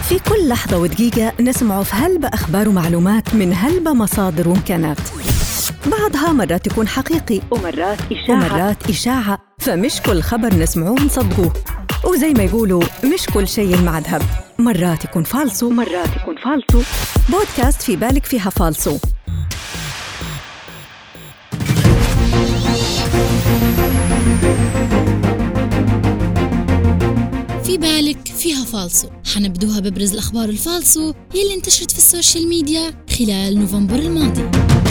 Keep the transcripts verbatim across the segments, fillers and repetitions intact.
في كل لحظة ودقيقة نسمع في هلبة أخبار ومعلومات من هلبة مصادر وإمكانات، بعضها مرات يكون حقيقي ومرات إشاعة, ومرات إشاعة، فمش كل خبر نسمعوه نصدقوه، وزي ما يقولوا مش كل شيء مع ذهب، مرات يكون فالسو مرات يكون فالسو. بودكاست في بالك فيها فالسو. في بالك فيها فالسو، حنبدوها ببرز الأخبار الفالسو يلي انتشرت في السوشيال ميديا خلال نوفمبر الماضي.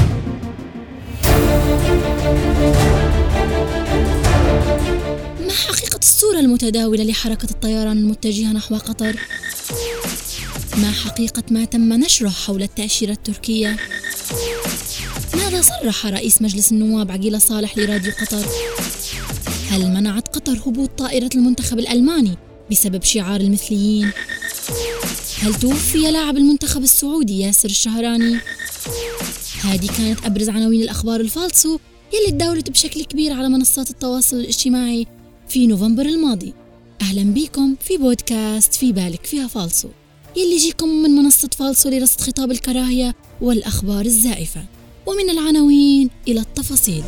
ما حقيقة الصورة المتداولة لحركة الطيران المتجهة نحو قطر؟ ما حقيقة ما تم نشره حول التأشيرة التركية؟ ماذا صرح رئيس مجلس النواب عقيلة صالح لراديو قطر؟ هل منعت قطر هبوط طائرة المنتخب الألماني بسبب شعار المثليين؟ هل توفي لاعب المنتخب السعودي ياسر الشهراني؟ هذه كانت أبرز عناوين الأخبار الفالسو يلي تداولت بشكل كبير على منصات التواصل الاجتماعي في نوفمبر الماضي. أهلا بكم في بودكاست في بالك فيها فالسو يلي يجيكم من منصة فالسو لرصد خطاب الكراهية والأخبار الزائفة، ومن العناوين إلى التفاصيل.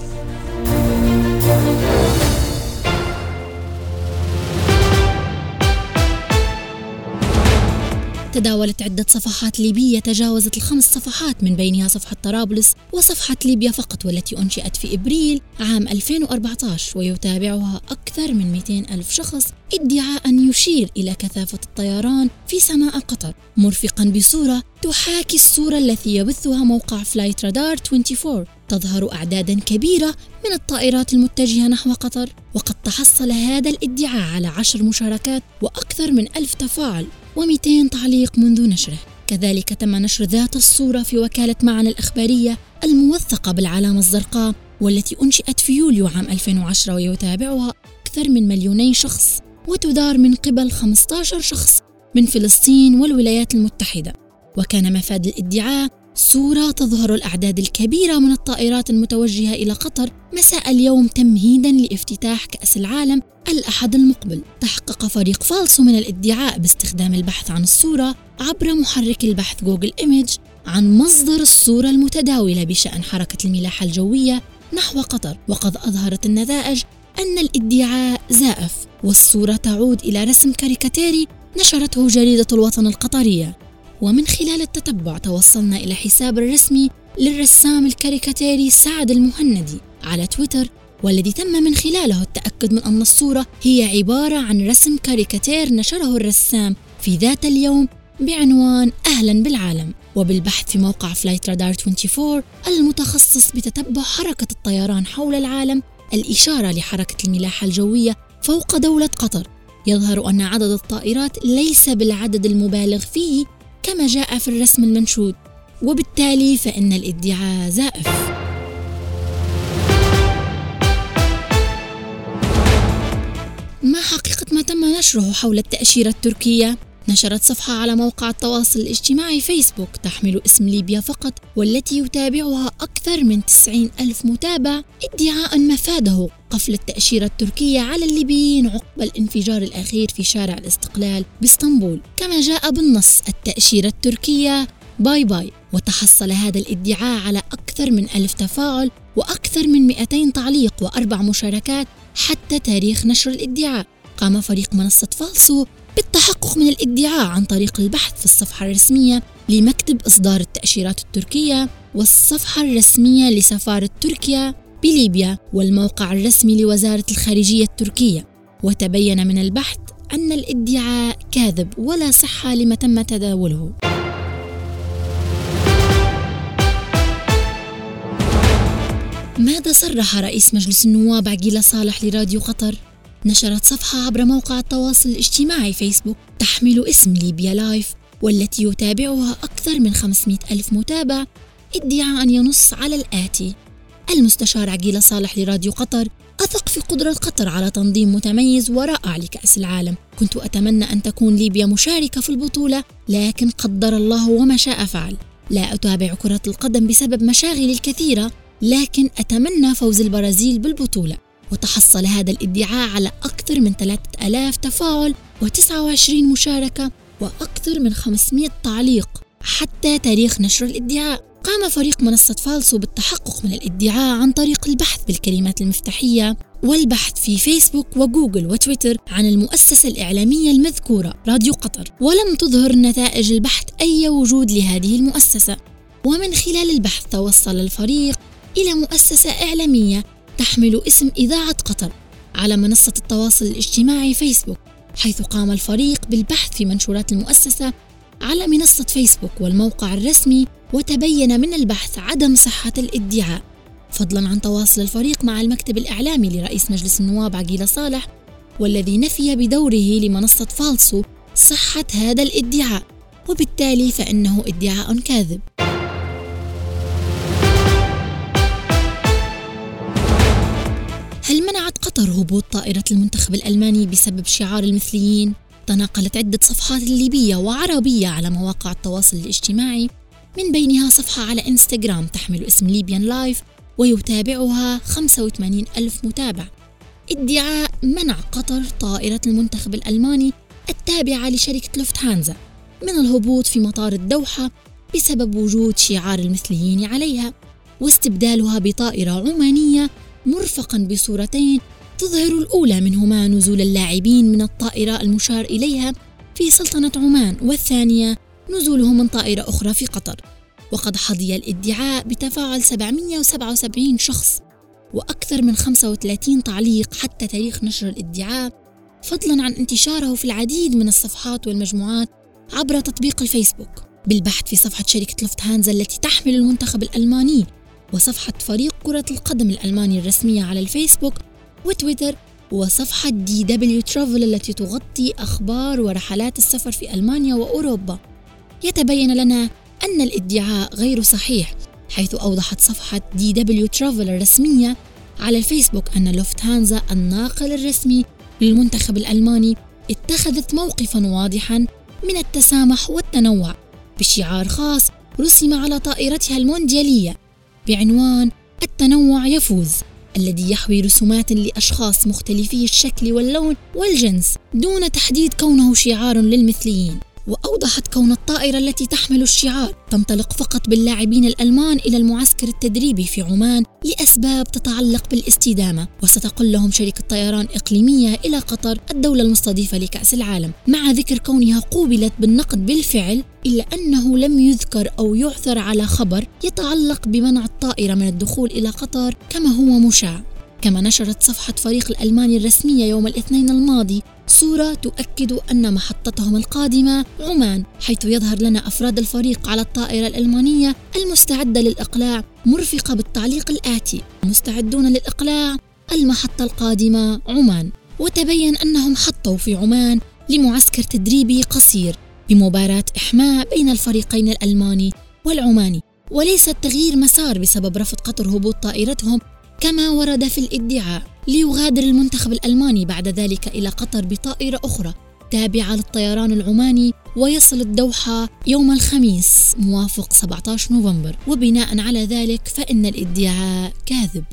تداولت عدة صفحات ليبية تجاوزت الخمس صفحات، من بينها صفحة طرابلس وصفحة ليبيا فقط، والتي أنشئت في إبريل عام ألفين وأربعة عشر ويتابعها أكثر من مئتين ألف شخص، ادعاء أن يشير إلى كثافة الطيران في سماء قطر، مرفقا بصورة تحاكي الصورة التي يبثها موقع فلايت رادار أربعة وعشرين، تظهر أعدادا كبيرة من الطائرات المتجهة نحو قطر. وقد تحصل هذا الادعاء على عشر مشاركات وأكثر من ألف تفاعل ومئتين تعليق منذ نشره. كذلك تم نشر ذات الصورة في وكالة معن الإخبارية الموثقة بالعلامة الزرقاء، والتي أنشئت في يوليو عام ألفين وعشرة ويتابعها أكثر من مليوني شخص، وتدار من قبل خمسة عشر شخص من فلسطين والولايات المتحدة. وكان مفاد الادعاء صورة تظهر الأعداد الكبيرة من الطائرات المتوجهة إلى قطر مساء اليوم تمهيداً لافتتاح كأس العالم الأحد المقبل. تحقق فريق فالسو من الادعاء باستخدام البحث عن الصورة عبر محرك البحث جوجل إيميج عن مصدر الصورة المتداولة بشأن حركة الملاحة الجوية نحو قطر، وقد أظهرت النتائج أن الادعاء زائف، والصورة تعود إلى رسم كاريكاتيري نشرته جريدة الوطن القطرية. ومن خلال التتبع توصلنا إلى حساب الرسمي للرسام الكاريكاتيري سعد المهندي على تويتر، والذي تم من خلاله التأكد من أن الصورة هي عبارة عن رسم كاريكاتير نشره الرسام في ذات اليوم بعنوان أهلا بالعالم. وبالبحث في موقع فلايت رادار أربعة وعشرين المتخصص بتتبع حركة الطيران حول العالم، الإشارة لحركة الملاحة الجوية فوق دولة قطر، يظهر أن عدد الطائرات ليس بالعدد المبالغ فيه كما جاء في الرسم المنشود، وبالتالي فإن الادعاء زائف. ما حقيقة ما تم نشره حول التأشيرة التركية؟ نشرت صفحة على موقع التواصل الاجتماعي فيسبوك تحمل اسم ليبيا فقط، والتي يتابعها أكثر من تسعين ألف متابع، ادعاء مفاده قفل التأشيرة التركية على الليبيين عقب الانفجار الأخير في شارع الاستقلال باسطنبول. كما جاء بالنص التأشيرة التركية باي باي. وتحصل هذا الادعاء على أكثر من ألف تفاعل وأكثر من مئتين تعليق وأربع مشاركات حتى تاريخ نشر الادعاء. قام فريق منصة فالسو بالتحقق من الادعاء عن طريق البحث في الصفحة الرسمية لمكتب إصدار التأشيرات التركية، والصفحة الرسمية لسفارة تركيا بليبيا، والموقع الرسمي لوزارة الخارجية التركية. وتبين من البحث أن الادعاء كاذب ولا صحة لما تم تداوله. ماذا صرح رئيس مجلس النواب عقيلة صالح لراديو قطر؟ نشرت صفحة عبر موقع التواصل الاجتماعي فيسبوك تحمل اسم ليبيا لايف، والتي يتابعها أكثر من خمسمئة ألف متابع، ادعاء ينص على الآتي: المستشار عقيلة صالح لراديو قطر: أثق في قدرة قطر على تنظيم متميز ورائع لكأس العالم. كنت أتمنى أن تكون ليبيا مشاركة في البطولة، لكن قدر الله وما شاء فعل. لا أتابع كرة القدم بسبب مشاغلي الكثيرة، لكن أتمنى فوز البرازيل بالبطولة. وتحصل هذا الادعاء على أكثر من ثلاثة آلاف تفاعل وتسعة وعشرين مشاركة وأكثر من خمسمائة تعليق حتى تاريخ نشر الادعاء. قام فريق منصة فالسو بالتحقق من الادعاء عن طريق البحث بالكلمات المفتاحية والبحث في فيسبوك وجوجل وتويتر عن المؤسسة الإعلامية المذكورة راديو قطر، ولم تظهر نتائج البحث أي وجود لهذه المؤسسة. ومن خلال البحث توصل الفريق إلى مؤسسة إعلامية تحمل اسم إذاعة قطر على منصة التواصل الاجتماعي فيسبوك، حيث قام الفريق بالبحث في منشورات المؤسسة على منصة فيسبوك والموقع الرسمي، وتبين من البحث عدم صحة الادعاء، فضلاً عن تواصل الفريق مع المكتب الإعلامي لرئيس مجلس النواب عقيلة صالح، والذي نفي بدوره لمنصة فالسو صحة هذا الادعاء، وبالتالي فإنه ادعاء كاذب. هل منعت قطر هبوط طائرة المنتخب الألماني بسبب شعار المثليين؟ تناقلت عدة صفحات ليبية وعربية على مواقع التواصل الاجتماعي، من بينها صفحة على إنستغرام تحمل اسم ليبيان لايف ويتابعها خمسة وثمانين ألف متابع، ادعاء منع قطر طائرة المنتخب الألماني التابعة لشركة لوفتهانزا من الهبوط في مطار الدوحة بسبب وجود شعار المثليين عليها، واستبدالها بطائرة عمانية مرفقاً بصورتين تظهر الأولى منهما نزول اللاعبين من الطائرة المشار إليها في سلطنة عمان، والثانية نزولهم من طائرة أخرى في قطر. وقد حظي الادعاء بتفاعل سبعمائة وسبعة وسبعين شخص وأكثر من خمسة وثلاثين تعليق حتى تاريخ نشر الادعاء، فضلاً عن انتشاره في العديد من الصفحات والمجموعات عبر تطبيق الفيسبوك، بالبحث في صفحة شركة لوفتهانزا التي تحمل المنتخب الألماني، وصفحة فريق كرة القدم الألماني الرسمية على الفيسبوك وتويتر، وصفحة دي دبليو ترافل التي تغطي أخبار ورحلات السفر في ألمانيا وأوروبا. يتبين لنا أن الادعاء غير صحيح، حيث أوضحت صفحة دي دبليو ترافل الرسمية على الفيسبوك أن لوفتهانزا الناقل الرسمي للمنتخب الألماني اتخذت موقفاً واضحاً من التسامح والتنوع بشعار خاص رسم على طائرتها المونديالية بعنوان التنوع يفوز، الذي يحوي رسومات لأشخاص مختلفي الشكل واللون والجنس دون تحديد كونه شعار للمثليين. وأوضحت كون الطائرة التي تحمل الشعار تنطلق فقط باللاعبين الألمان إلى المعسكر التدريبي في عمان لأسباب تتعلق بالاستدامة، وستقل لهم شركة طيران إقليمية إلى قطر الدولة المستضيفة لكأس العالم، مع ذكر كونها قوبلت بالنقد بالفعل، إلا أنه لم يذكر أو يعثر على خبر يتعلق بمنع الطائرة من الدخول إلى قطر كما هو مشاع. كما نشرت صفحة فريق الألماني الرسمية يوم الاثنين الماضي صورة تؤكد أن محطتهم القادمة عمان، حيث يظهر لنا أفراد الفريق على الطائرة الألمانية المستعدة للإقلاع، مرفقة بالتعليق الآتي: مستعدون للإقلاع، المحطة القادمة عمان. وتبين أنهم حطوا في عمان لمعسكر تدريبي قصير بمباراة إحماء بين الفريقين الألماني والعماني، وليس تغيير مسار بسبب رفض قطر هبوط طائرتهم كما ورد في الادعاء، ليغادر المنتخب الألماني بعد ذلك إلى قطر بطائرة أخرى تابعة للطيران العماني، ويصل الدوحة يوم الخميس موافق سبعة عشر نوفمبر، وبناء على ذلك فإن الادعاء كاذب.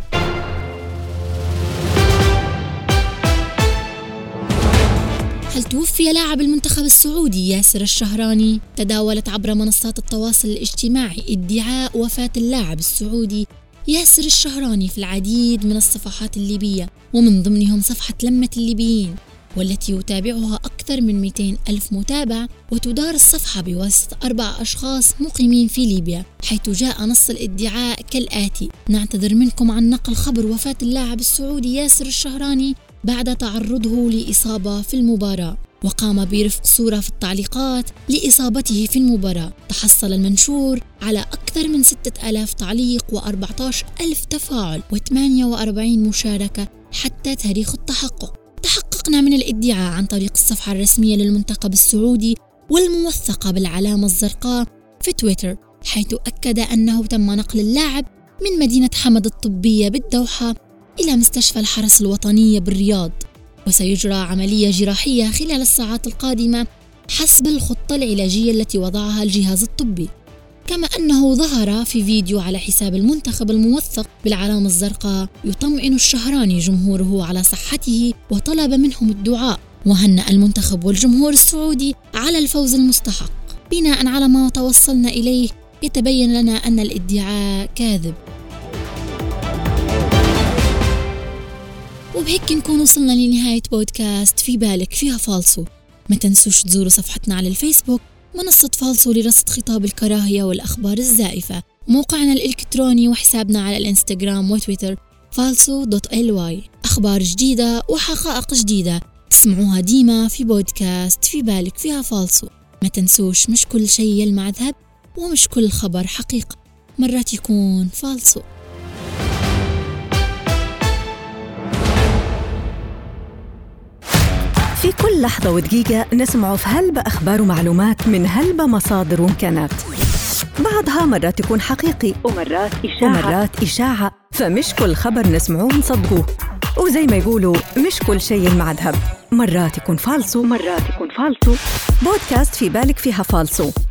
هل توفي لاعب المنتخب السعودي ياسر الشهراني؟ تداولت عبر منصات التواصل الاجتماعي ادعاء وفاة اللاعب السعودي ياسر الشهراني في العديد من الصفحات الليبية، ومن ضمنهم صفحة لمة الليبيين، والتي يتابعها أكثر من مئتين ألف متابع، وتدار الصفحة بواسطة أربع أشخاص مقيمين في ليبيا، حيث جاء نص الادعاء كالآتي: نعتذر منكم عن نقل خبر وفاة اللاعب السعودي ياسر الشهراني بعد تعرضه لإصابة في المباراة، وقام برفق صورة في التعليقات لإصابته في المباراة. تحصل المنشور على أكثر من ستة آلاف تعليق وأربعة عشر ألف تفاعل وثمانية وأربعين مشاركة حتى تاريخ التحقق. تحققنا من الادعاء عن طريق الصفحة الرسمية للمنتخب السعودي والموثقة بالعلامة الزرقاء في تويتر، حيث أكد أنه تم نقل اللاعب من مدينة حمد الطبية بالدوحة إلى مستشفى الحرس الوطنية بالرياض، وسيجرى عملية جراحية خلال الساعات القادمة حسب الخطة العلاجية التي وضعها الجهاز الطبي. كما أنه ظهر في فيديو على حساب المنتخب الموثق بالعلامة الزرقاء يطمئن الشهراني جمهوره على صحته، وطلب منهم الدعاء وهنأ المنتخب والجمهور السعودي على الفوز المستحق. بناء على ما توصلنا إليه يتبين لنا أن الادعاء كاذب. وبهيك نكون وصلنا لنهاية بودكاست في بالك فيها فالصو. ما تنسوش تزوروا صفحتنا على الفيسبوك منصة فالصو لرصد خطاب الكراهية والأخبار الزائفة، موقعنا الإلكتروني وحسابنا على الإنستغرام وتويتر فالصو دوت إل واي. أخبار جديدة وحقائق جديدة تسمعوها ديما في بودكاست في بالك فيها فالصو. ما تنسوش مش كل شيء يلمع ذهب ومش كل خبر حقيقة، مرات يكون فالصو. في كل لحظة ودقيقة نسمع في هلبة أخبار ومعلومات من هلبة مصادر وإمكانات، بعضها مرات يكون حقيقي ومرات إشاعة ومرات إشاعة، فمش كل خبر نسمعوه نصدقوه، وزي ما يقولوا مش كل شيء مع ذهب، مرات يكون فالصو ومرات يكون فالصو. بودكاست في بالك فيها فالصو